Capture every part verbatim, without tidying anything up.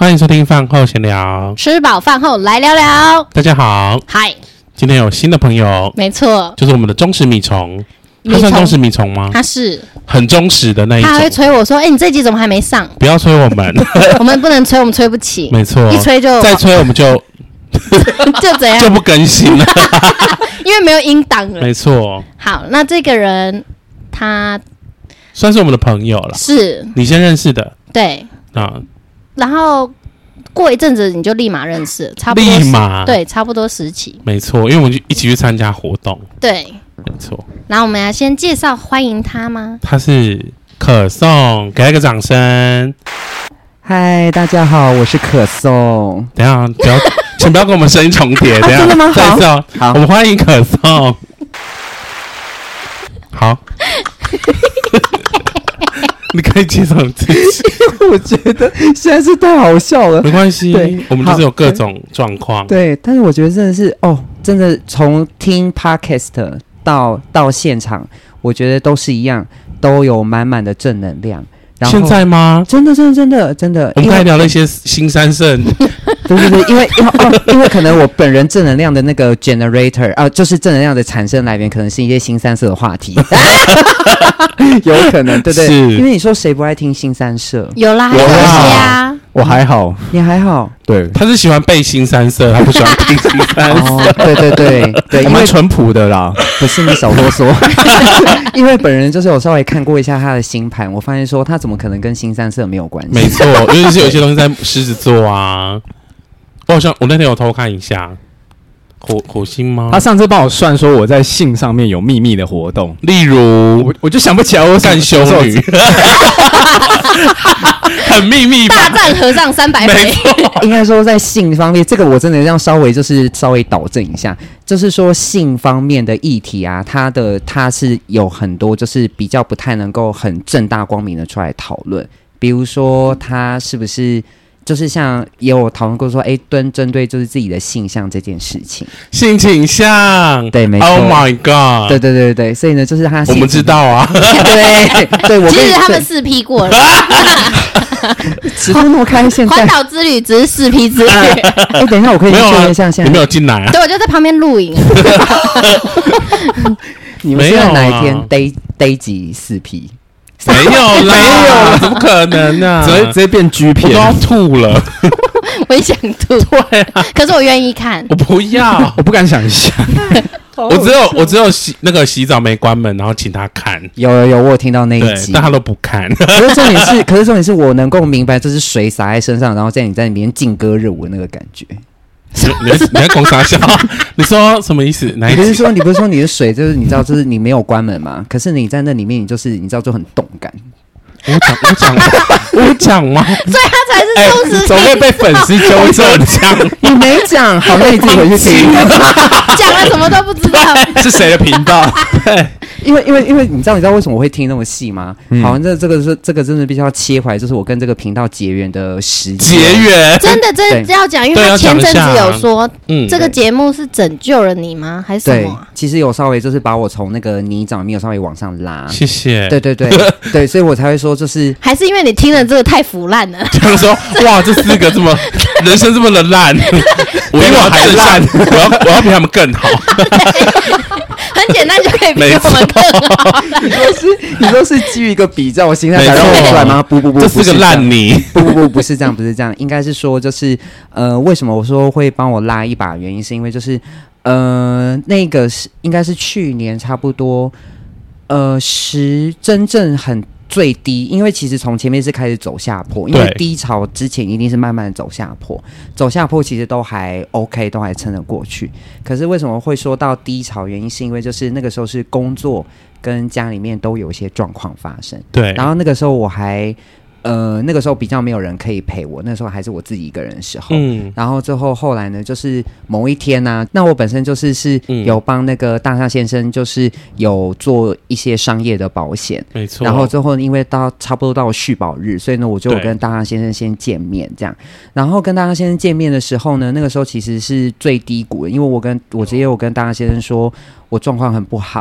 欢迎收听饭后闲聊， 吃饱饭后来聊聊。 大家好， 嗨， 今天有新的朋友， 没错， 就是我们的忠实米虫。他算忠实米虫吗？ 他是很忠实的那一种。 他会催我说：“哎、欸，你这集怎么还没上？” 不要催我们， 我们不能催，我们催不起。 没错， 一催就再催我们就就怎样， 就不更新了， 因为没有音档了。 没错。 好，那这个人他算是我们的朋友了， 是你先认识的， 对啊， 然后过一阵子你就立马认识了，差不多立马对，差不多时期， 没错，因为我们就一起去参加活动， 对， 没错。 然后我们要先介绍欢迎他吗？ 他是可颂，给他一个掌声。 嗨，大家好，我是可颂。 等一下，不要，请不要跟我们声音重叠。等一下， 啊、真的吗？ 再一次哦， 好， 我们欢迎可颂。好，你可以介绍自己。 我觉得现在是太好笑了。 没关系， 对， 我们就是有各种状况。 对，但是我觉得真的是哦，真的从听 podcast 到到现场，我觉得都是一样，都有满满的正能量。然后现在吗？ 真的，真的，真的，真的。 我们刚才聊了一些新三圣。 对对对，因为因为哦，因为可能我本人正能量的那个 generator 啊，就是正能量的产生来源，可能是一些新三色的话题，有可能，对不对？因为你说谁不爱听新三色？ 有啦，有啊， 我还好， 你还好。 对， 他是喜欢背新三色，他不喜欢听新三色。 哦、对对对对， 我蛮淳朴的啦。 不是你少啰嗦，因为本人就是有稍微看过一下他的星盘，我发现说他怎么可能跟新三色没有关系？ 没错，因为是有些东西在狮子座啊。我好像我那天有偷看一下火火星吗？ 他上次帮我算说我在性上面有秘密的活动， 例如我我就想不起来我干修女，很秘密吧？ 大战和尚三百回。 应该说在性方面，这个我真的要稍微就是稍微导正一下，就是说性方面的议题啊，它的它是有很多就是比较不太能够很正大光明的出来讨论，比如说他是不是。就是像也有讨论过说，哎，针针对就是自己的性向这件事情， 性倾向， 对，没错 ，Oh my God， 对对对对，所以呢，就是他， 我们知道啊， 对对，我其实他们四批过了， 尺度那么开，现在环岛之旅只是四批之旅。 哎，等一下，我可以确认一下，现在你没有进来啊？ 对，我就在旁边录影。 你们是在哪一天 day day 几四批？ 没有啦，没有，怎么可能呢、啊？ 直接直接变 G 片， 我都要吐了。 我也想吐， 对啊， 可是我愿意看。 我不要， 我不敢想象。 我只有我只有洗那个洗澡没关门，然后请他看。 有有有，我有听到那一集， 但他都不看。 可是重点是，可是重点是我能够明白，这是水洒在身上，然后在你在里面劲歌热舞的那个感觉。 你你在你在攻啥笑？你说什么意思？哪一集？ 你不是说你不是说你的水就是你知道就是你没有关门吗？可是你在那里面你就是你知道就很动感。 我讲我讲我讲吗？ 所以他才是忠实、欸。 总会被粉丝纠正讲， 你没讲，好，那你自己回去听。 讲了什么都不知道， 是谁的频道？ 对。 因为因为因为你知道你知道为什么我会听那么细吗？嗯、好，这这个是这个真的必须要切回来，就是我跟这个频道结缘的时间。 结缘， 真的真的要讲，因为他前阵子有说，嗯，这个节目是拯救了你吗？还是什么、啊？ 对，其实有稍微就是把我从那个泥沼里面有稍微往上拉。 谢谢。 对对对对，所以我才会说，就是还是因为你听了这个太腐烂了。 这样说，哇，这四个这么人生这么的烂，我比我还烂，我要我要比他们更好。 很简单就可以比我们更好。 你说是你说是基于一个比较心态才让我出来吗？不不不， 这是个烂泥。 不不不，不是这样，不是这样，应该是说就是呃，为什么我说会帮我拉一把？原因是因为就是呃，那个是应该是去年差不多呃十真正很。最低，因为其实从前面是开始走下坡，因为低潮之前一定是慢慢的走下坡，走下坡其实都还 OK， 都还撑得过去。可是为什么会说到低潮？原因是因为就是那个时候是工作跟家里面都有一些状况发生， 对。 然后那个时候我还呃那个时候比较没有人可以陪我，那时候还是我自己一个人的时候。嗯。然后最后后来呢，就是某一天呢、啊，那我本身就是是有帮那个大象先生，就是有做一些商业的保险， 没错。 然后最后因为到差不多到续保日，所以呢，我就有跟大象先生先见面，这样。然后跟大象先生见面的时候呢，那个时候其实是最低谷的，因为我跟我直接有跟大象先生说我状况很不好。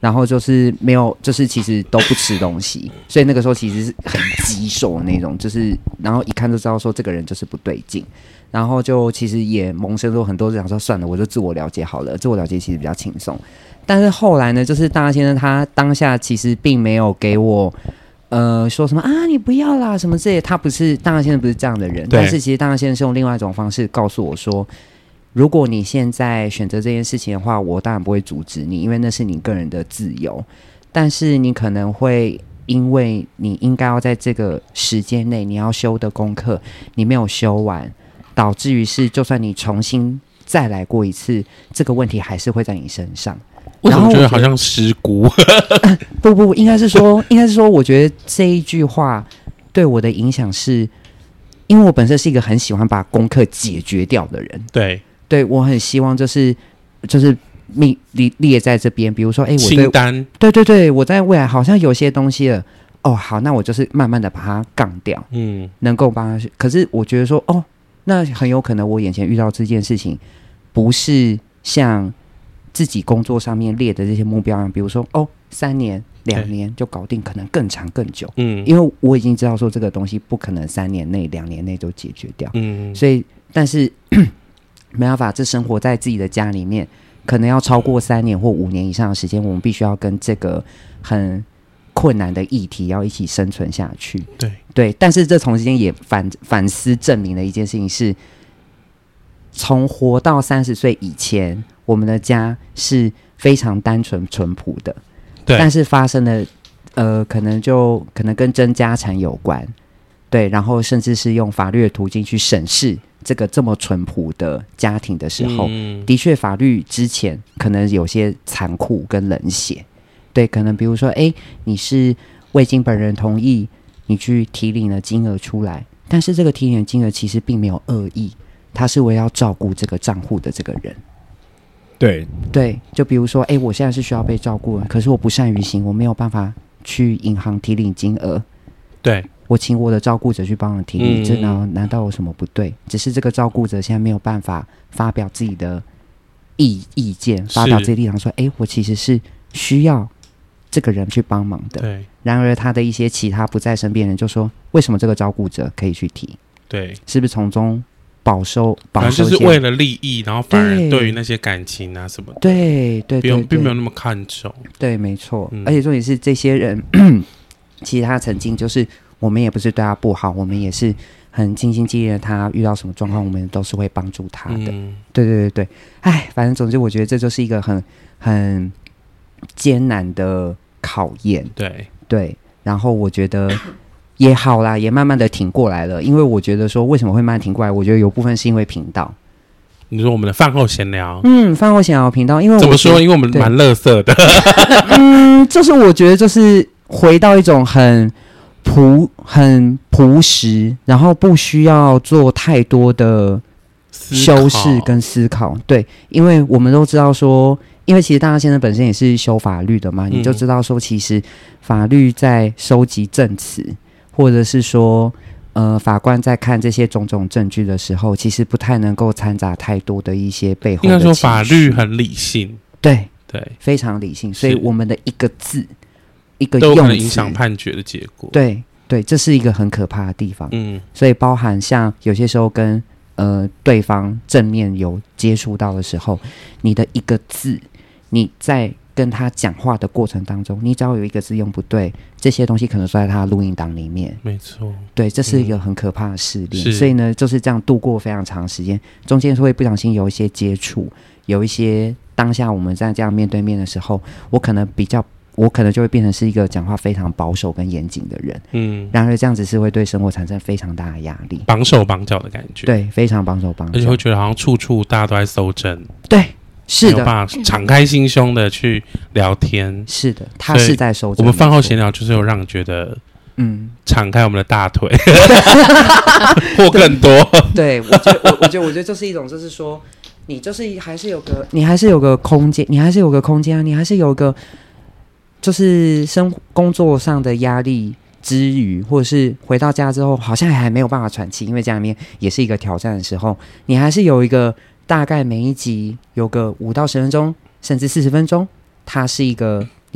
然后就是没有，就是其实都不吃东西，所以那个时候其实是很棘手的那种，就是然后一看就知道说这个人就是不对劲，然后就其实也萌生出很多想说算了，我就自我了解好了，自我了解其实比较轻松。但是后来呢，就是大先生他当下其实并没有给我。呃，说什么啊？你不要啦，什么之类的。他不是大先生，不是这样的人。但是其实大先生是用另外一种方式告诉我说，如果你现在选择这件事情的话，我当然不会阻止你，因为那是你个人的自由。但是你可能会因为你应该要在这个时间内你要修的功课，你没有修完，导致于是就算你重新再来过一次，这个问题还是会在你身上。 为什么觉得好像失孤？ 不不，应该是说，应该是说，我觉得这一句话对我的影响是，因为我本身是一个很喜欢把功课解决掉的人。 对， 对我很希望就是就是列列在这边，比如说，哎，我清单， 对对对，我在未来好像有些东西了，哦，好，那我就是慢慢的把它杠掉，嗯，能够帮他。可是我觉得说，哦，那很有可能我眼前遇到这件事情，不是像。自己工作上面列的这些目标，比如说哦，三年、两年就搞定，可能更长更久。嗯，因为我已经知道说这个东西不可能三年内、两年内就解决掉。嗯，所以但是没办法，这生活在自己的家里面，可能要超过三年或五年以上的时间，我们必须要跟这个很困难的议题要一起生存下去。 对对，但是这同时间也反反思证明了一件事情是，从活到三十岁以前。我们的家是非常单纯淳朴的，对，但是发生了，呃，可能就可能跟争家产有关，对，然后甚至是用法律的途径去审视这个这么淳朴的家庭的时候，嗯、的确法律之前可能有些残酷跟冷血，对，可能比如说，哎，你是未经本人同意，你去提领了金额出来，但是这个提领的金额其实并没有恶意，他是为要照顾这个账户的这个人。 对对，就比如说，哎，我现在是需要被照顾的，可是我不善于行，我没有办法去银行提领金额。 对， 我请我的照顾者去帮我提领，嗯、这难难道有什么不对？只是这个照顾者现在没有办法发表自己的意意见，发表自己的立场，说，哎，我其实是需要这个人去帮忙的。 对， 然而他的一些其他不在身边的人就说，为什么这个照顾者可以去提？ 对， 是不是从中？保收， 反正就是为了利益，然后反而对于那些感情啊什么的， 对对对， 并没有那么看重。 对，没错。嗯、而且重点是，这些人其实他曾经就是，我们也不是对他不好，我们也是很尽心尽力的。他遇到什么状况，我们都是会帮助他的。嗯、对对对对，哎，反正总之，我觉得这就是一个很很艰难的考验。 对对，然后我觉得。也好啦，也慢慢的挺过来了。因为我觉得说，为什么会慢慢挺过来？我觉得有部分是因为频道。 你说我们的饭后闲聊， 嗯，饭后闲聊频道，因为我怎么说？因为我们蛮垃圾的。 嗯，就是我觉得就是回到一种很朴、很朴实，然后不需要做太多的修饰跟思考。对，因为我们都知道说。因为其实大家现在本身也是修法律的嘛，你就知道说，其实法律在收集证词，或者是说，呃，法官在看这些种种证据的时候，其实不太能够掺杂太多的一些背后的情绪。应该说法律很理性， 对对， 非常理性，所以我们的一个字、一个用词都有可能影响判决的结果。 对对，这是一个很可怕的地方。嗯，所以包含像有些时候跟呃对方正面有接触到的时候，你的一个字。你在跟他讲话的过程当中，你只要有一个字用不对，这些东西可能都在他的录音档里面。 没错， 对，这是一个很可怕的试炼、嗯。所以呢，就是这样度过非常长时间，中间会不小心有一些接触，有一些当下我们在这样面对面的时候，我可能比较，我可能就会变成是一个讲话非常保守跟严谨的人。嗯，然而这样子是会对生活产生非常大的压力， 绑手绑脚的感觉。 对，非常绑手绑脚， 而且会觉得好像处处大家都在搜证。 对。是的， 没有办法敞开心胸的去聊天。 是的，他是在收证。 我们饭后闲聊就是有让你觉得，嗯，敞开我们的大腿，或更多。 对，我觉得，我我觉得，我觉得这是一种，就是说，你就是还是有个，你还是有个空间，你还是有个空间啊，你还是有个，就是生工作上的压力之余，或者是回到家之后，好像还没有办法喘气，因为家里面也是一个挑战的时候，你还是有一个。大概每一集有个五到十分钟，甚至四十分钟，它是一个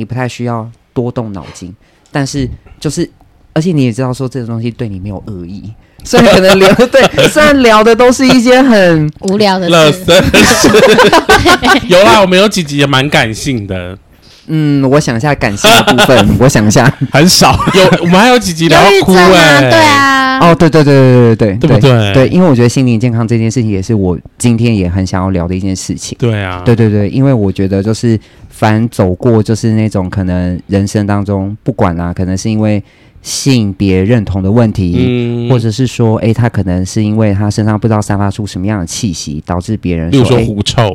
你不太需要多动脑筋，但是就是而且你也知道说这个东西对你没有恶意。虽然可能聊对，虽然聊的都是一些很无聊的事， 有啦，我们有几集也蛮感性的。 嗯，我想一下感性的部分，我想一下， 很少。 有我们还有几集聊哭哎、 欸，对啊， 哦，对对对对对对，对不对？ 对，因为我觉得心灵健康这件事情也是我今天也很想要聊的一件事情。 对啊， 对对对，因为我觉得就是凡走过就是那种可能人生当中不管啦、啊，可能是因为性别认同的问题、嗯、或者是说哎他可能是因为他身上不知道散发出什么样的气息导致别人说比如说狐臭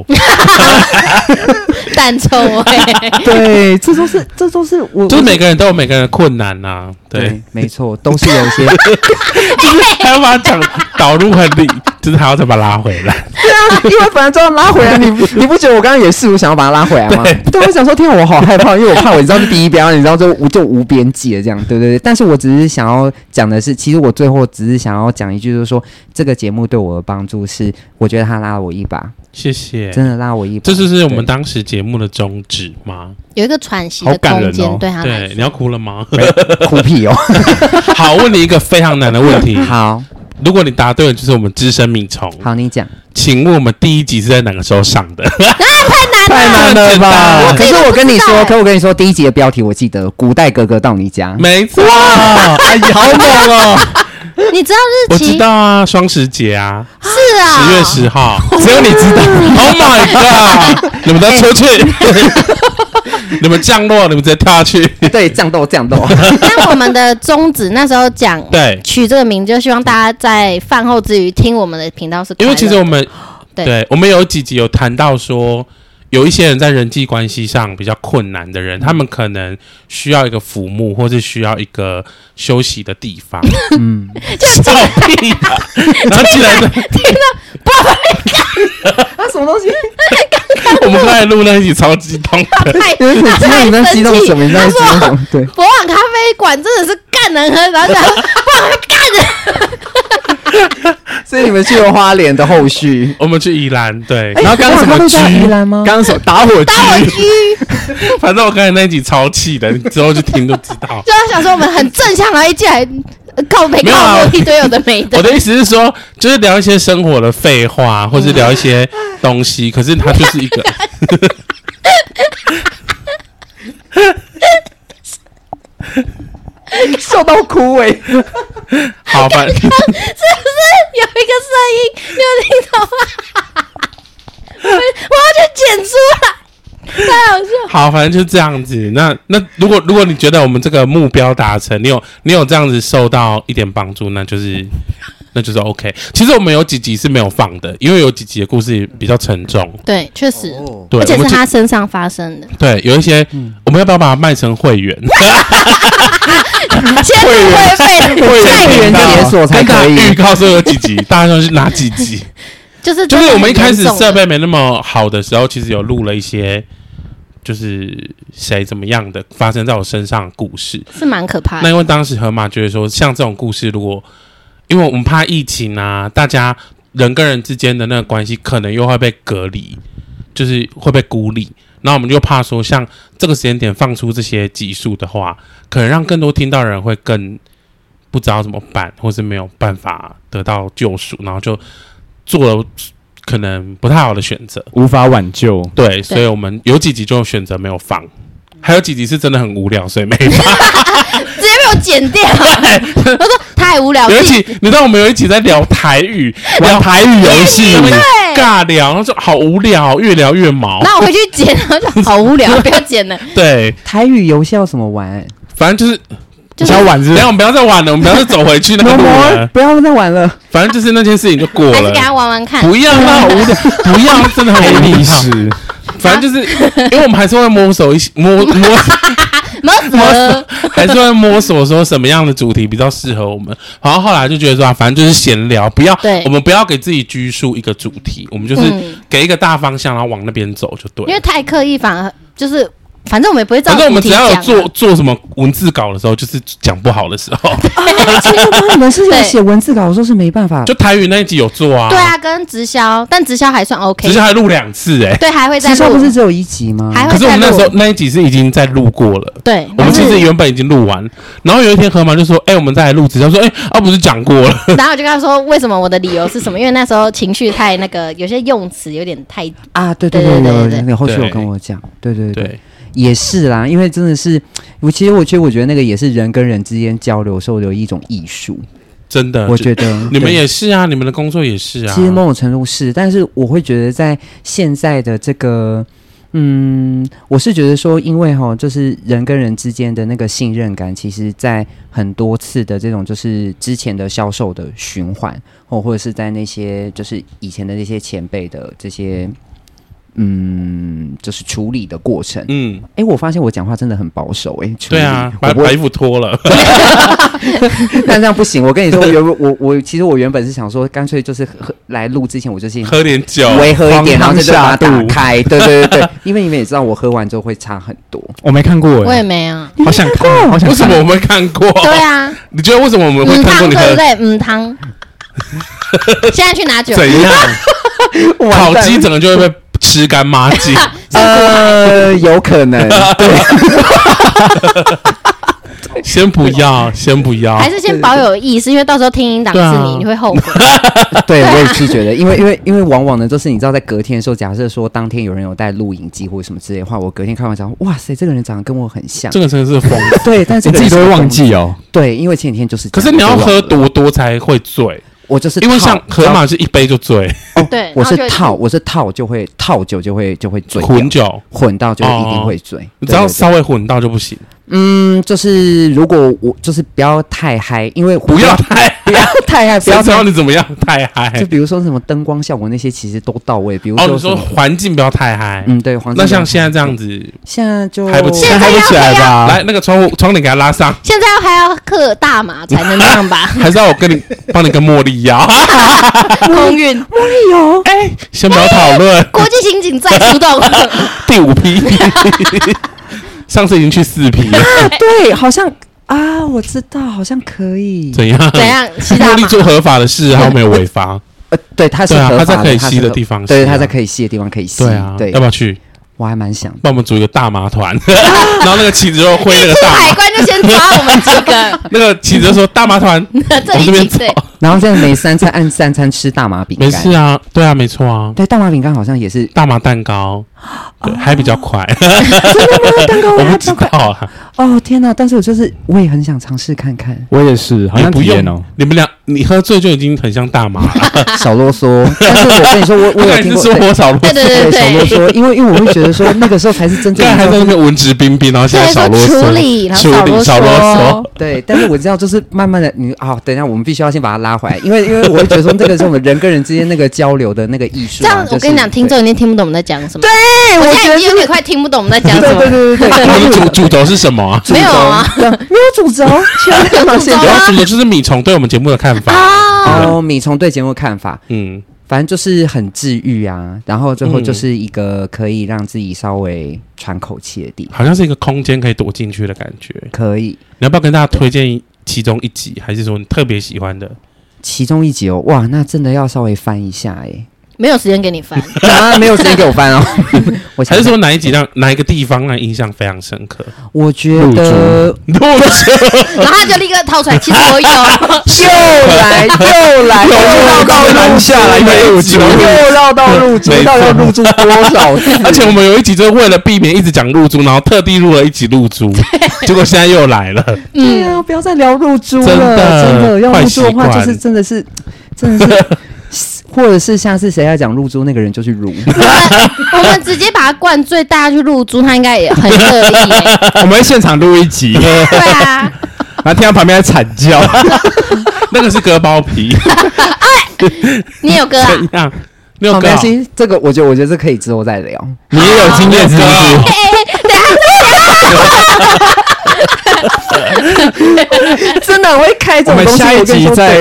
蛋臭味对这都是这都是我就是每个人都有每个人的困难啊 对, 对没错都是有一些就是还要把它讲导入很理就是还要再把它拉回来对啊因为本来就要拉回来你不你不觉得我刚刚也试图想要把它拉回来吗 对, 对我想说天啊我好害怕因为我怕我知道是第一标你知道就就无边际了这样对对对但是我只是想要讲的是其实我最后只是想要讲一句就是说这个节目对我的帮助是我觉得他拉了我一把谢谢真的拉我一把这就是我们当时节目的宗旨吗有一个喘息的空间、哦、对他来说对你要哭了吗哭屁哦好问你一个非常难的问题好如果你答对了就是我们资深米虫好你讲请问我们第一集是在哪个时候上的太难了吧可是我跟你说可我跟你说第一集的标题我记得古代哥哥到你家没错哎呀好猛哦你知道日期我知道啊双十节啊是啊十月十号只有你知道 Oh my god 你们都出去、欸、你们降落你们直接跳下去对降斗降斗但我们的宗旨那时候讲对取这个名就希望大家在饭后之余听我们的频道是快乐的因为其实我们对, 对我们有几集有谈到说有一些人在人际关系上比较困难的人他们可能需要一个抚摸或是需要一个休息的地方嗯笑屁啊然后进来的听到不好意思啊什么东西我们刚才录那一集超激动的太有点知道你在激动什么你在激动什么对博朗咖啡馆真的是干人喝然后讲博朗干人所以你们去了花莲的后续我们去宜兰对、 欸、 然后刚刚什么居宜兰吗刚刚什么打火打火居反正我刚才那一集超气的之后去听就知道就他想说我们很正向然后一进来靠北靠北一堆有的没的我的意思是说就是聊一些生活的废话或是聊一些东西可是它就是一个笑到哭哎、欸！ 好吧，是不是有一个声音？你有听到吗？我我要去剪出来，太好笑。 好，反正就这样子。那那如果如果你觉得我们这个目标达成，你有你有这样子受到一点帮助，那就是那就是 OK。其实我们有几集是没有放的，因为有几集的故事比较沉重。 对，确实， 哦、 对， 而且是他身上发生的。 对，有一些、嗯、我们要不要把它卖成会员？ 先会员费， 会员解锁才可以。 预告说有几集，大家都是哪几集？ 就是就是我们一开始设备没那么好的时候，其实有录了一些，就是谁怎么样的发生在我身上的故事， 是蛮可怕的。 那因为当时河马觉得说，像这种故事，如果因为我们怕疫情啊，大家人跟人之间的那个关系可能又会被隔离，就是会被孤立。然后我们就怕说，像这个时间点放出这些集数的话，可能让更多听到的人会更不知道怎么办，或是没有办法得到救赎，然后就做了可能不太好的选择， 无法挽救。 对，所以我们有几集就选择没有放，还有几集是真的很无聊，所以没放， 直接被我剪掉。我说太无聊。 有一集，你知道我们有一集在聊台语，聊台语游戏，尬聊，然后就好无聊，越聊越毛。 那我回去剪，然后就好无聊，不要剪了。 对， 台语游戏要怎么玩？ 反正就是。 就是要玩是不是？ 等一下我们不要再玩了，我们不要再走回去那个路了。 不要再玩了， 反正就是那件事情就过了。 还是给他玩玩看。 不要啦，好无聊，不要，真的很无历史。反正就是，因为我们还是会摸索一些摸摸摸索， 还是会摸索说什么样的主题比较适合我们。然后后来就觉得说，反正就是闲聊，不要，我们不要给自己拘束一个主题，我们就是给一个大方向，然后往那边走就对了。 因为太刻意，反而就是。 反正我们也不会照反正我们只要有主题讲啊做做什么文字稿的时候，就是讲不好的时候， 啊，其实帮你们是有写文字稿，我说是没办法， 就台语那一集有做啊。 对啊，跟直销，但直销还算 OK， 直销还录两次哎、欸。 对，还会再直销录， 不是只有一集吗？ 还会可是我们那时再录候那一集是已经在录过了。 对， 我们其实但是原本已经录完，然后有一天河马就说：“哎、欸，我们再来录直销。”说：“哎、欸，啊，不是讲过了。” 然后我就跟他说，为什么我的理由是什么？因为那时候情绪太那个，有些用词有点太啊，对对对， 对对对有对那个后续有对跟我讲，对对对。 对， 也是啦，因为真的是，我其实我觉得，我觉得那个也是人跟人之间交流时候的一种艺术。 真的， 我觉得你们对也是啊，你们的工作也是啊。 其实某种程度是，但是我会觉得在现在的这个，嗯，我是觉得说，因为哈，就是人跟人之间的那个信任感，其实在很多次的这种就是之前的销售的循环，或或者是在那些就是以前的那些前辈的这些。嗯，就是处理的过程。 嗯， 哎、欸，我发现我讲话真的很保守、欸。哎， 对啊，把把衣服脱了。 但这样不行。我跟你说，我原我我其实我原本是想说，干脆就是喝来录之前，我就先喝点酒， 微喝一点，然后就把它打度开。对对对对，因为你们也知道，我喝完之后会差很多。 我没看过、欸， 我也没有， 好想看，好想看。 为什么我们看过？ 对啊， 你觉得为什么我们会嗯汤看过你喝？ 对不对？嗯汤。现在去拿酒。 怎样？烤鸡整个就会被吃干抹净。 呃，有可能。对。 先不要，先不要， 还是先保有意识，因为到时候听音档是你， 啊、 你会后悔。 对，我也是觉得，因为因为因为往往呢，就是你知道，在隔天的时候，假设说当天有人有带录影机或者什么之类的话，我隔天看完之后，哇塞，这个人长得跟我很像， 这个真的是疯子。 对，但是你自己都会忘记哦。 对，因为前几天就是这样。 可是你要喝多多才会醉。 我就是因为像河马是一杯就醉， 哦， 对， 我是套，我是套就会套酒就会就会醉， 混酒混到就一定会醉， 哦、你只要稍微混到就不行。 嗯，就是如果我就是不要太嗨，因为不要太不要太嗨，不要知道你怎么样太嗨。 就比如说什么灯光效果那些，其实都到位。比如说哦， 你说环境不要太嗨， 嗯，对，环境。 那像现在这样子， 现在就嗨不起来， 嗨不起来吧？来，那个窗户窗帘给它拉上。 现在还要嗑大麻才能这样吧？ 还是要我跟你帮你跟茉莉要？ 空运茉莉油， 哎，先不要讨论。 国际刑警再出动， 第五批。上次已经去四批了， 啊，对，好像啊，我知道，好像可以。 怎样？ 怎样？茉莉做合法的事，他没有违法。 呃，对，他是合法的， 他在可以吸的地方， 对，他在可以吸的地方可以吸。 对啊，对，要不要去？ 我还蛮想， 帮我们组一个大麻团，然后那个旗子就挥那个大麻， 海关就先抓我们几个。 那个旗子就说大麻团， 这这边走。 然后这样每三餐按三餐吃大麻饼干。 没事啊，对啊，没错啊。 对，大麻饼干好像也是大麻蛋糕，对，还比较快。 真的吗？蛋糕我不知道啊。 哦天哪！但是我就是我也很想尝试看看。 我也是，好像不用哦。你们俩，你喝醉就已经很像大麻了。 少啰嗦。但是我跟你说，我我有听过， 说我少啰嗦， 对对对， 少啰嗦。因为因为我会觉得说，那个时候才是真正。 刚才还在那边文质彬彬，然后现在少啰嗦， 处理，然后少啰嗦。 对，但是我知道，就是慢慢的，你啊，等一下，我们必须要先把它拉回来，因为因为我会觉得说，这个是我们人跟人之间那个交流的那个艺术。 这样，我跟你讲，听众一定听不懂我们在讲什么。 对， 我现在已经有点快听不懂我们在讲什么。 对对对对， 我们的主主轴是什么啊？ 没有啊， 没有主轴， 全部主轴啊。 主轴就是米虫对我们节目的看法。 哦，米虫对节目的看法， 嗯。 反正就是很治愈啊，然后最后就是一个可以让自己稍微喘口气的地方， 好像是一个空间可以躲进去的感觉。 可以， 你要不要跟大家推荐其中一集，还是说你特别喜欢的？ 其中一集哦，哇，那真的要稍微翻一下哎。 没有时间给你翻啊，没有时间给我翻哦。 我还是说哪一集让哪一个地方让印象非常深刻？ 我觉得露珠， 然后他就立刻掏出来，其实我有， 又来又来，又绕到拦下来露珠， 又绕到露珠，到底要露珠多少次？ 而且我们有一集就是为了避免一直讲露珠，然后特地录了一集露珠，结果现在又来了。 对啊，不要再聊露珠了， 真的真的要露珠的话，就是真的是真的是。或者是下次谁要讲入珠，那个人就去入。 我们直接把他灌醉，大家去入珠，他应该也很乐意。 我们会现场录一集， 对啊， 然后听到旁边在惨叫， 那个是割包皮。 你有割啊？ 怎样？你有割？ 没关系，这个我觉得，我觉得这可以之后再聊。 你也有经验是不是？ 真的，我会开这种东西。 我们下一集再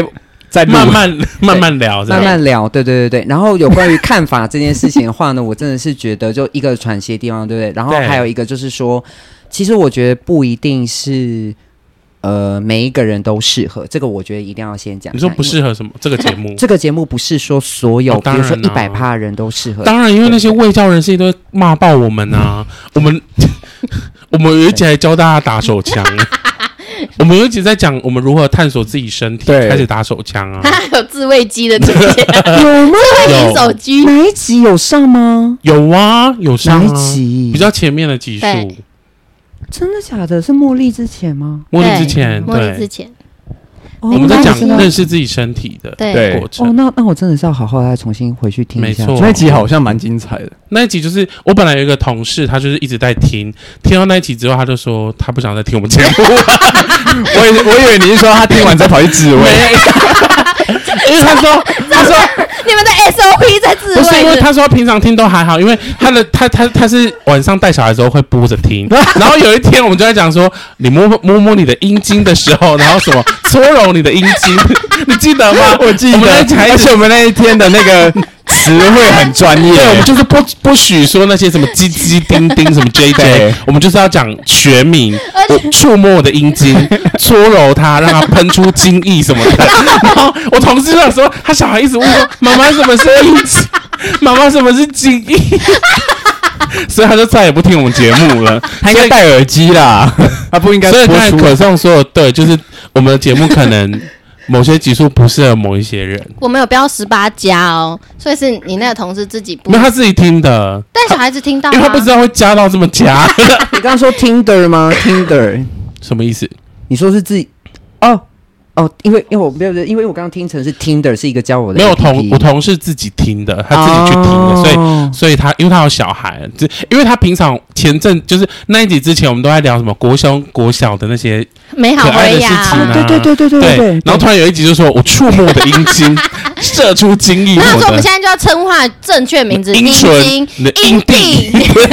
再慢慢慢慢聊， 慢慢聊，对对对对。然后有关于看法这件事情的话呢，我真的是觉得就一个喘息的地方，对不对？然后还有一个就是说，其实我觉得不一定是呃每一个人都适合，这个我觉得一定要先讲。 你说不适合什么？这个节目， 这个节目不是说所有， 哦、 比如说一百趴人都适合。 当然，因为那些卫教人士都会骂爆我们啊，我们我们有一集还教大家打手枪。我们有一集在讲我们如何探索自己身体，开始打手枪啊！ 还有自慰机的直接有吗？ 自慰型手机哪一集有上吗？ 有啊，有上、啊。 哪一集？ 比较前面的集数。 真的假的？是茉莉之前吗？ 茉莉之前， 茉莉之前。 我们在讲认识自己身体的过程。 哦，那那我真的是要好好再重新回去听一下。 没错， 那一集好像蛮精彩的。 那一集就是我本来有一个同事，他就是一直在听，听到那一集之后，他就说他不想再听我们节目。 我以我以为你是说他听完再跑去自慰， 因为他说他说你们的 S O P 在自慰， 不是因为他说平常听都还好，因为他的他他他是晚上带小孩的时候会播着听，然后有一天我们就在讲说，你摸摸摸你的阴茎的时候，然后什么搓揉你的阴茎，你记得吗？ 我记得，而且我们那一天的那个词汇很专业， 对，我们就是不不许说那些什么鸡鸡丁丁什么 J J， 我们就是要讲学名，我触摸我的阴茎，搓揉它，让它喷出精液什么的。然后我同事那时候，他小孩一直问说：“妈妈什么是阴茎？妈妈什么是精液？”所以他就再也不听我们节目了。 他应该戴耳机啦，他不应该。 所以刚才可颂说的对，就是我们的节目可能某些集数不适合某一些人。 我们有标十八加哦，所以是你那个同事自己不， 那他自己听的， 但小孩子听到、啊， 因为他不知道会加到这么加。 你刚刚说 Tinder 吗 ？Tinder 什么意思？ 你说是自己哦？哦，因为因为我没有，因为我刚刚听成是 Tinder 是一个教我的 A P P， 没有同我同事自己听的，他自己去听的，哦、所以所以他因为他有小孩，因为他平常前阵就是那一集之前我们都在聊什么国小国小的那些美好回忆啊， 对对对对对 对, 对， 然后突然有一集就说我触摸我的阴茎，射出精液， 那说我们现在就要称化正确名字， 阴唇、阴蒂。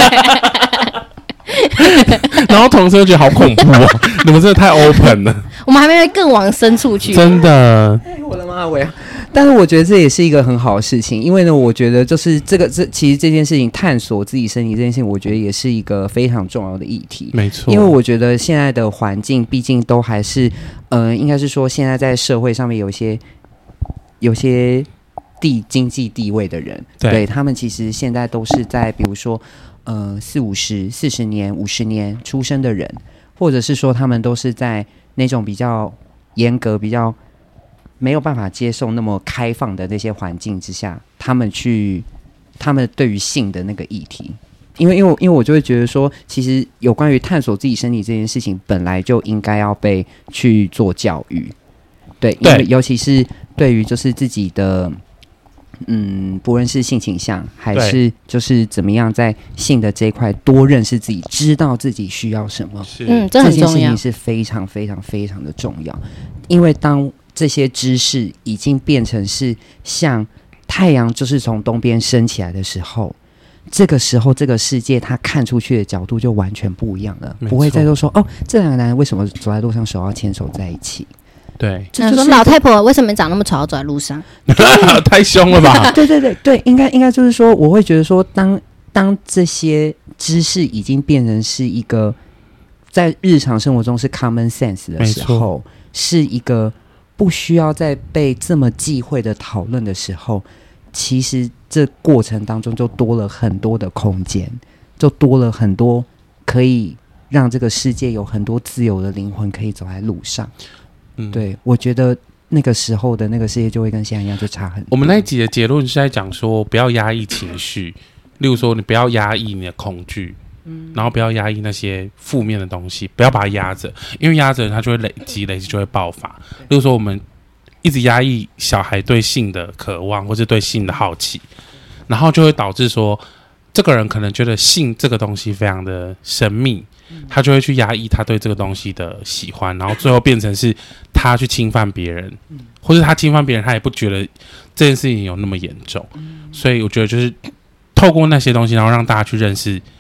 然后同事就觉得好恐怖哦，你们真的太 open 了。 我们还没更往深处去， 真的。 哎，我的妈呀！但是我觉得这也是一个很好的事情，因为呢，我觉得就是这个这其实这件事情，探索自己身体这件事情，我觉得也是一个非常重要的议题。 没错， 因为我觉得现在的环境，毕竟都还是，呃，应该是说现在在社会上面有一些有些地经济地位的人，对, 对他们其实现在都是在比如说。呃，四五十、四十年、五十年出生的人，或者是说他们都是在那种比较严格、比较没有办法接受那么开放的那些环境之下，他们去他们对于性的那个议题，因为因为因为我就会觉得说，其实有关于探索自己身体这件事情，本来就应该要被去做教育，对，因为尤其是对于就是自己的。嗯，不论是性倾向还是就是怎么样，在性的这一块多认识自己，知道自己需要什么， 嗯，这很重要， 这件事情是非常非常非常的重要。因为当这些知识已经变成是像太阳就是从东边升起来的时候，这个时候这个世界它看出去的角度就完全不一样了，不会再说哦，这两个男人为什么走在路上手要牵手在一起？ 对， 就说老太婆为什么长那么丑，要走在路上？ 太凶了吧？ 对对对对，应该应该就是说，我会觉得说，当当这些知识已经变成是一个在日常生活中是 common sense 的时候，是一个不需要再被这么忌讳的讨论的时候，其实这过程当中就多了很多的空间，就多了很多可以让这个世界有很多自由的灵魂可以走在路上。嗯，对，我觉得那个时候的那个世界就会跟现在一样，就差很多。 我们那一集的结论是在讲说，不要压抑情绪，例如说，你不要压抑你的恐惧，嗯，然后不要压抑那些负面的东西，不要把它压着，因为压着它就会累积，累积就会爆发。例如说，我们一直压抑小孩对性的渴望，或是对性的好奇，然后就会导致说，这个人可能觉得性这个东西非常的神秘。他就会去压抑他对这个东西的喜欢，然后最后变成是他去侵犯别人，或是他侵犯别人，他也不觉得这件事情有那么严重。所以我觉得就是透过那些东西，然后让大家去认识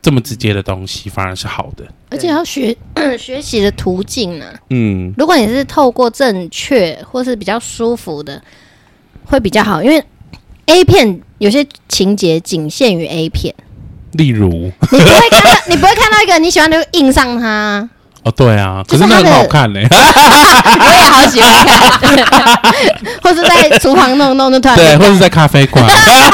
这么直接的东西，反而是好的。 而且要学学习的途径呢、啊。 嗯， 如果你是透过正确或是比较舒服的，会比较好，因为 A 片有些情节仅限于 A 片， 例如你不会看到，你不会看到一个你喜欢的就硬上他。 哦，对啊，可就是是那很好看嘞、欸， 我也好喜欢看，或是在厨房弄弄就突然对，或者在咖啡馆，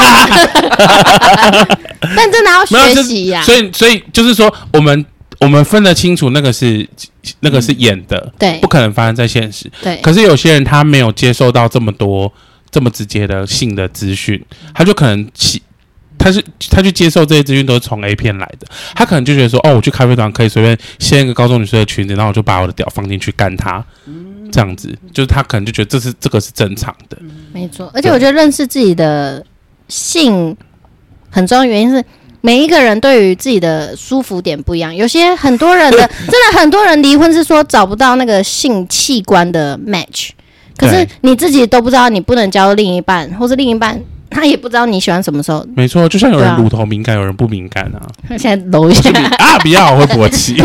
但真的要学习呀、啊。 所以，所以就是说，我们我们分得清楚那个是那个是演的， 对， 不可能发生在现实。 对， 可是有些人他没有接受到这么多这么直接的性的资讯，他就可能起。他是他去接受这些资讯都是从 A 片来的，他可能就觉得说，哦，我去咖啡馆可以随便掀一个高中女生的裙子，然后我就把我的屌放进去干她，这样子，就是他可能就觉得这是这个是正常的， 没错。而且我觉得认识自己的性很重要，原因是每一个人对于自己的舒服点不一样，有些很多人的真的很多人离婚是说找不到那个性器官的 match， 可是你自己都不知道，你不能教另一半，或是另一半。他也不知道你喜欢什么时候， 没错，就像有人乳头敏感，啊、有人不敏感啊。 现在揉一下啊，不要，我会勃起。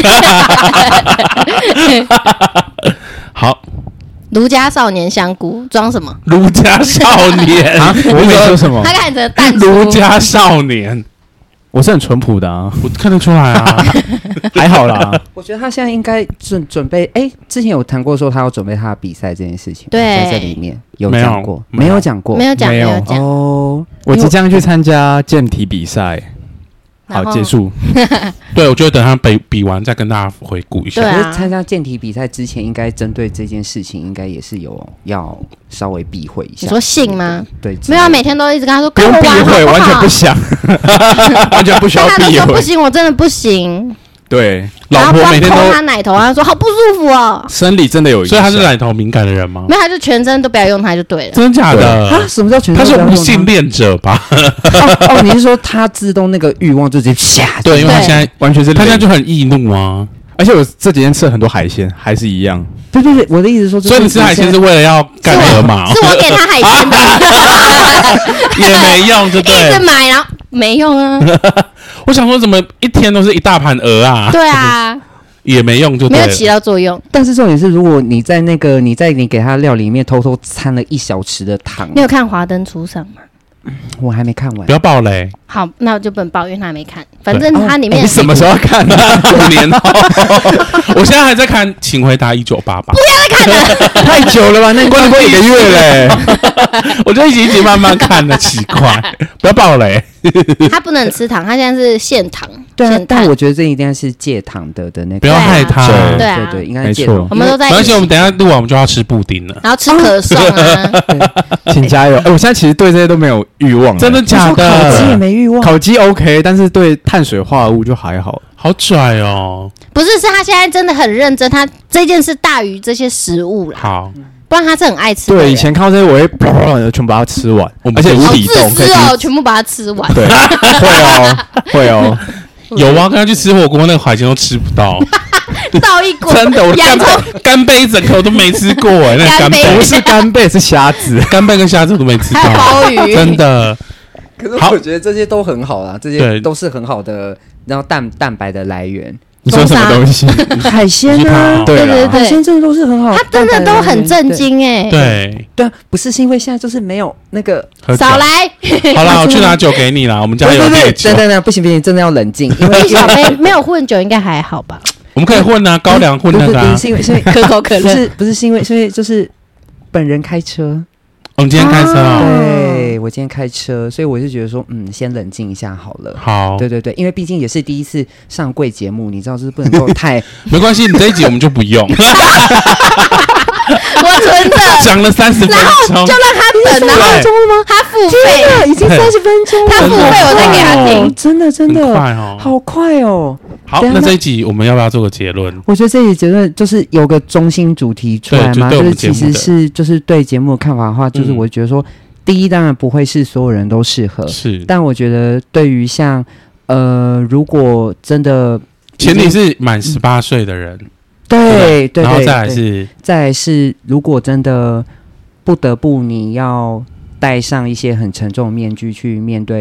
好， 儒家少年香菇装什么？ 儒家少年啊，我没说什么。 他看着淡儒家少年， 我是很淳朴的啊， 我看得出来啊， 还好啦。 我觉得他现在应该准准备，哎、欸，之前有谈过说他要准备他的比赛这件事情， 对， 在这里面有讲过， 没有讲过， 没有讲，没有讲哦。 我即将去参加健体比赛，好，结束。 对，我觉得等他比比完再跟大家回顾一下。 对啊， 可是参加健体比赛之前，应该针对这件事情，应该也是有要稍微避讳一下。 你说性吗？ 对， 没有，每天都一直跟他说， 不用避讳，完全不想，完全不需要避讳。 不行，我真的不行。 对， 老婆每天都他奶头，他说好不舒服哦， 生理真的有影响， 所以他是奶头敏感的人吗？ 没有，他就全身都不要用它就对了。 真的假的？ 啊？什么叫全身？ 他是无性恋者吧？ 哦哦，你是说他自动那个欲望就直接下？ 对，因为他现在完全是， 他现在就很易怒啊。 而且我这几天吃了很多海鲜，还是一样。 对对对，我的意思是说， 所以你吃海鲜是为了要干河马？ 是我给他海鲜的， 也没用，对不对？ 一直买，然后没用啊。 我想说，怎么一天都是一大盘鹅啊？ 对啊， 也没用就对了， 没有起到作用。 但是重点是，如果你在那个你在你给他料里面偷偷掺了一小匙的糖， 你有看《华灯初上》吗？ 我还没看完， 不要爆雷。 好，那我就不能爆，因为他还没看。反正它里面、 哦欸、 你什么时候要看呢、啊？ 五年后，我现在还在看《请回答一九八八》， 不要再看了， 太久了吧？那关过一个月嘞。 我就一集一集慢慢看的，奇怪，不要爆雷。 他不能吃糖，他现在是限糖。 对啊，但我觉得这一定是戒糖的的那个， 不要害他。 对啊， 对对，应该是戒糖。 我们都在。 而且我们等一下录完，我们就要吃布丁了， 然后吃可颂啊。 请加油！哎、欸，我现在其实对这些都没有欲望， 真的假的？ 烤鸡也没欲望， 烤鸡 OK， 但是对碳水化合物就还好。 好拽哦！ 不是，是他现在真的很认真，他这件事大于这些食物了。 好。 不然他是很爱吃。 对，以前看到这些我会啪啪啪全部把它吃完，而且无底洞可以哦，全部把它吃完。 对，会哦，会哦。 有啊，刚刚去吃火锅，那个海鲜都吃不到， 倒一锅。 真的，我干贝干贝一整口都没吃过哎，那个干贝不是干贝是虾子， 干贝跟虾子我都没吃到， 还有鲍鱼， 真的。 可是我觉得这些都很好啦，这些都是很好的，然后蛋蛋白的来源。 你说什么东西？ 海鲜啊， 对对对， 海鲜真的都是很好， 他真的都很震惊哎。 对对啊，不是是因为现在就是没有那个少来。 好啦，我去拿酒给你啦，我们家有烈酒。 对对对，不行不行，真的要冷静，因为一小杯没有混酒应该还好吧？ 我们可以混啊，高粱混那个啊。 是因为是因为可口可乐， 不是不是是因为是因为就是本人开车。 我们今天开车哦， 对我今天开车，所以我就觉得说，嗯，先冷静一下好了。 好， 对对对，因为毕竟也是第一次上贵节目，你知道，就是不能够太没关系，你这一集我们就不用。 我存着讲了三十分钟， 就让他等，然后他付费， 已经三十分钟了， 他付费我再给他听， 真的真的快哦， 好快哦。 好，那这一集我们要不要做个结论？ 我觉得这一集结论就是有个中心主题出来嘛，就是其实是就是对节目的看法的话，就是我觉得说，第一当然不会是所有人都适合， 是， 但我觉得对于像呃，如果真的前提是满十八岁的人， 对对， 然后再来是再来是如果真的不得不你要戴上一些很沉重的面具去面对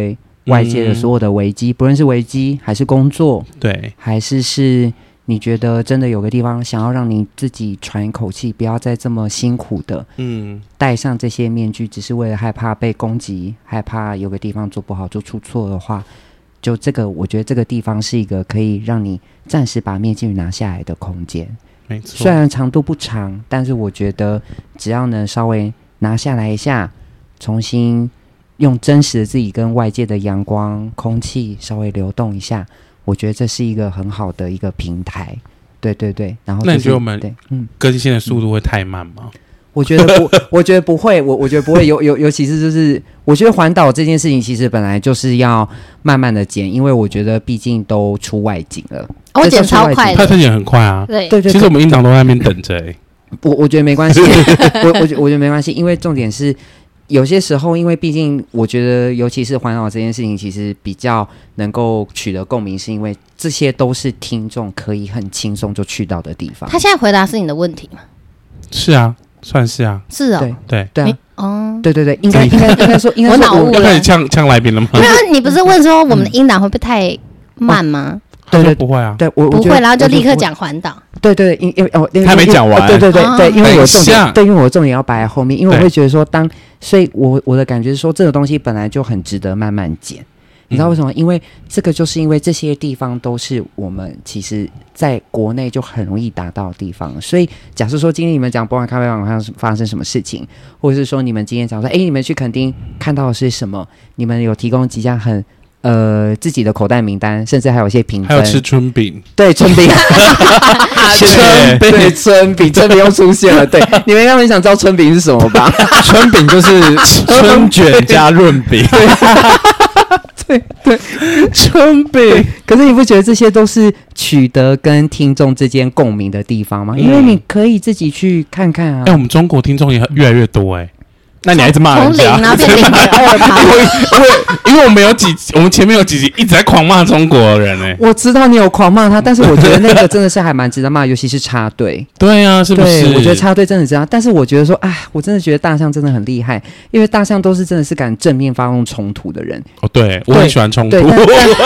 外界的所有的危机， 嗯、 不论是危机还是工作， 对， 还是是你觉得真的有个地方想要让你自己喘一口气，不要再这么辛苦的，嗯，戴上这些面具，只是为了害怕被攻击，害怕有个地方做不好做出错的话，就这个，我觉得这个地方是一个可以让你暂时把面具拿下来的空间。 没错， 虽然长度不长，但是我觉得只要能稍微拿下来一下，重新用真实的自己跟外界的阳光、空气稍微流动一下，我觉得这是一个很好的一个平台。对对对，然后、就是、 那你觉得我们对嗯更新的速度会太慢吗？ 我觉得不，我觉得不会，我我觉得不会，尤尤尤其是就是，我觉得环岛这件事情其实本来就是要慢慢的剪，因为我觉得毕竟都出外景了， 我剪超快的， 他他剪很快啊， 对对对， 其实我们音档都在那边等着、欸， 我我觉得没关系，我我觉我觉得没关系，因为重点是有些时候，因为毕竟我觉得，尤其是环岛这件事情，其实比较能够取得共鸣，是因为这些都是听众可以很轻松就去到的地方。 他现在回答是你的问题吗？ 是啊。算是啊， 是哦， 对对对啊， 哦， 对对对，应该应该应该说，应该我脑雾了， 要开始呛呛来宾了吗？ 没有，你不是问说我们的音档会不会太慢吗？ 对对， 不会啊， 对我不会，然后就立刻讲环岛。 对对，因因为哦， 还没讲完， 对对对对，因为我重点，对，因为我重点要摆在后面，因为我会觉得说，当所以我我的感觉是说，这个东西本来就很值得慢慢剪。你知道为什么？因为这个就是因为这些地方都是我们其实在国内就很容易达到的地方，所以假设说今天你们讲波兰咖啡馆上发生什么事情，或者是说你们今天讲说，哎，你们去垦丁看到的是什么？你们有提供几家很呃自己的口袋名单，甚至还有一些评分， 还有吃春饼， 对春饼，春饼对春饼，春饼又出现了，对，你们应该很想知道春饼是什么吧？ 春饼就是春卷加润饼。 对对，春饼。可是你不觉得这些都是取得跟听众之间共鸣的地方吗？嗯、因为你可以自己去看看啊。 哎、欸，我们中国听众也越来越多哎、欸。 那你还一直骂人家？ 从零然后变零点二趴， 因为因为我们有几，我们前面有几集一直在狂骂中国人哎、欸。 我知道你有狂骂他，但是我觉得那个真的是还蛮值得骂，尤其是插队。 对啊，是不是？ 对，我觉得插队真的这样，但是我觉得说，哎，我真的觉得大象真的很厉害，因为大象都是真的是敢正面发动冲突的人。 哦，对，我很喜欢冲突。 他会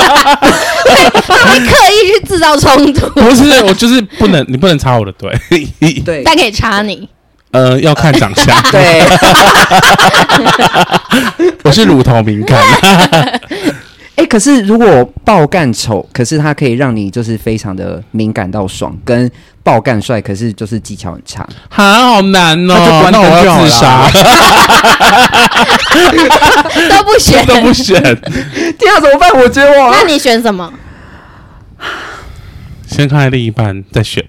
刻意去制造冲突。 不是，我就是不能，你不能插我的队。 对， 但可以插你。 呃，要看长相。 对， 我是乳头敏感。 哎、欸，可是如果爆干丑，可是它可以让你就是非常的敏感到爽，跟爆干帅，可是就是技巧很差， 哈，好难哦。 那就关灯就好了， 自杀， 都不选， 都不选。 天啊，怎么办？我觉得我…… 那你选什么？ 先看另一半再选。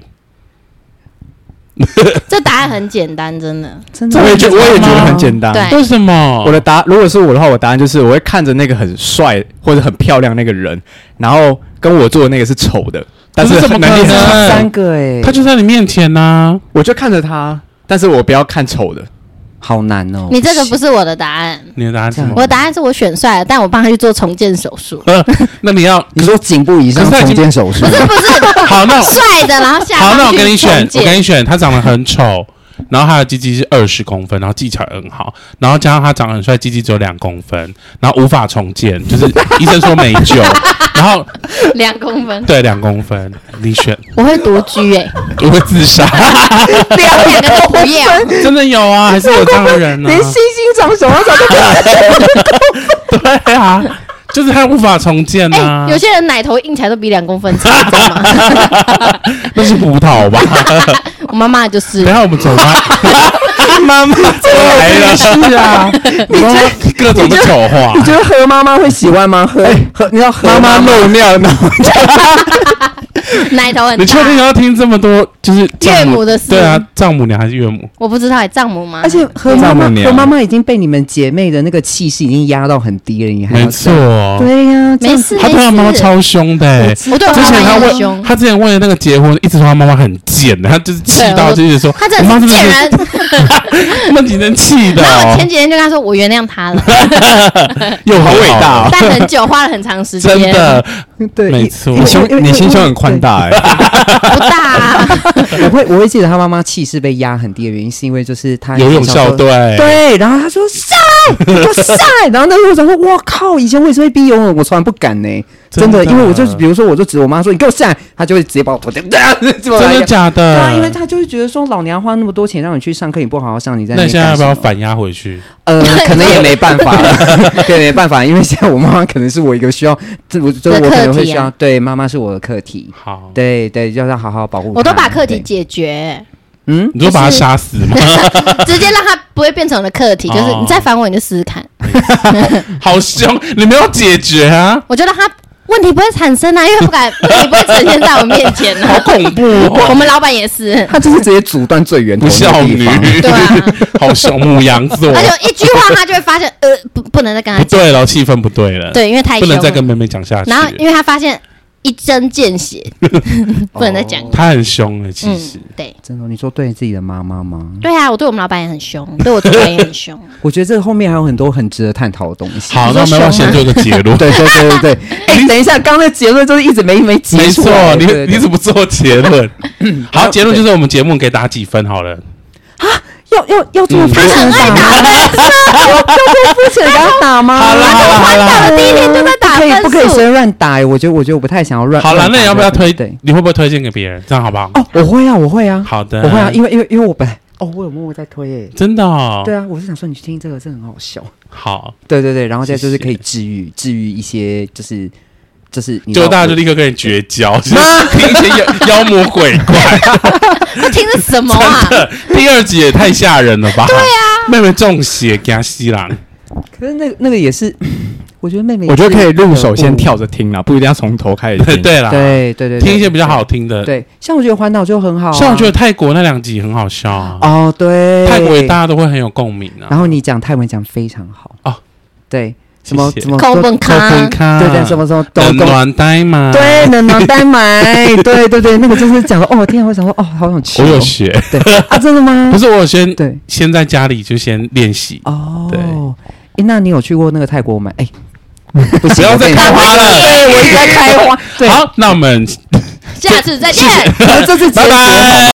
这答案很简单，真的， 真的， 我也觉我也觉得很简单。 对， 为什么？ 我的答，如果是我的话，我答案就是我会看着那个很帅或者很漂亮那个人，然后跟我做的那个是丑的，但是怎么可能？ 三个哎、欸， 他就在你面前呢、啊， 我就看着他，但是我不要看丑的。 好难哦！ 你这个不是我的答案， 你的答案是什么？ 我的答案是我选帅了，但我帮他去做重建手术。 那你要你说颈部以上重建手术？ 不是不是， 好，那帅的，然后下好，那我跟你选，我跟你选，他长得很丑，然后他的鸡鸡是二十公分，然后技巧也很好，然后加上他长得很帅，鸡鸡只有两公分，然后无法重建，就是医生说没救，然后两公分， 对，两公分，你选？ 我会独居哎、欸， 我会自杀， 不要两个都不要， 真的有啊，还是有这样的人呢、啊？ 连星星长什么长都不要， 对啊。就是他无法重建啊、 欸！有些人奶头硬起来都比两公分长，知道吗？ 那是葡萄吧？ 我妈妈就是。 等一下我们走吧。妈妈来了，是啊，你说各种的丑话。 你觉得何妈妈会喜欢吗？何何，你要何妈妈漏尿呢？ 奶头很大。 你确定要听这么多？就是岳母的事？ 对啊，丈母娘还是岳母？ 我不知道，哎，丈母吗？ 而且何妈妈，何妈妈已经被你们姐妹的那个气势已经压到很低了，你还没错， 对呀、啊， 没事。 他对他妈妈超凶的、欸， 我对我之前他为凶， 他之前为了那个结婚，一直说他妈妈很贱，他就是气到就是说， 他真的是贱人， 他们几人气的、哦。 然后我前几天就跟他说，我原谅他了， 又好伟大、哦， 但很久，花了很长时间， 真的， 对， 没错。 你胸，你心胸很宽大哎、 欸，不大、啊。 我会，我会记得他妈妈气势被压很低的原因，是因为就是他游泳校队， 对，然后他说杀。 来，给我下来。然后那时候我想说，哇靠！以前我也是会逼游泳，我从来不敢呢、欸，真的，因为我就比如说，我就指我妈说你给我下来，她就会直接把我拖掉。真的假的？ 对啊，因为她就会觉得说，老娘花那么多钱让你去上课，你不好好上，你在那你现在要不要反压回去？ 呃，可能也没办法了，对，没办法，因为现在我妈妈可能是我一个需要，这我就我可能会需要，对，妈妈是我的课题， 好， 对对，要要好好保护她。 我都把课题解决。 嗯， 你就把他杀死吗？ 直接让他不会变成我的课题，就是你再烦我，你就试试看。 好凶，你没有解决啊！ 我觉得他问题不会产生啊，因为他不敢，问题不会呈现在我面前啊。 好恐怖哦！ 我们老板也是， 他就是直接阻断最源头不孝女， 对啊， 好凶，母羊座。 而且一句话他就会发现，呃，不，不能再跟他讲， 不对了，气氛不对了。 对，因为太凶了， 不能再跟妹妹讲下去。 然后，因为他发现。一针见血，不能再讲。 他很凶的，其实、嗯。 对， 真的，你说对自己的妈妈吗？ 对啊，我对我们老板也很凶，对我主管也很凶。 我觉得这个后面还有很多很值得探讨的东西。 好，那我们要先做一个结论。 对对对对对。哎、欸，等一下，刚刚的结论就是一直没没结束。 没错，你你怎么做结论？好，结论就是我们节目给打几分好了。 啊，要要要这么肤浅的打吗？要要这么肤浅的给他打吗？ 好啦好啦好啦， 打了第一天就在打分数， 不可以随便乱打。我觉得我觉得我不太想要乱。 好了，那你要不要推？你会不会推荐给别人？这样好不好？ 哦，我会啊，我会啊。 好的， 我会啊，因为因为因为我本来哦，我有默默在推诶， 真的哦。 对啊，我是想说你去听这个，真的很好笑。 好， 对对对，然后再就是可以治愈治愈一些就是。就是就大家就立刻跟你绝交，就是听一些妖妖魔鬼怪。 这听的什么啊？ 第二集也太吓人了吧？对啊，妹妹中邪给他吸狼。 可是那个那个也是，我觉得妹妹， 我觉得可以入手先跳着听啦，不一定要从头开始听。 对啦， 对对对， 听一些比较好听的。 对，像我觉得环岛就很好， 像我觉得泰国那两集很好笑啊。 哦，对， 泰国大家都会很有共鸣啊。 然后你讲泰文讲非常好哦，对。什么什么抠本卡， 对对，什么什么冷暖呆嘛， 对，冷暖呆买，对对对，那个就是讲说，哦，天啊，我想说，哦，好想吃， 我有学， 对啊，真的吗？ 不是，我有先对， 先在家里就先练习哦， 对， 哎，那你有去过那个泰国吗？哎， 不要再开花了， 对，我一直在开花， 好，那我们下次再见， 这次拜拜。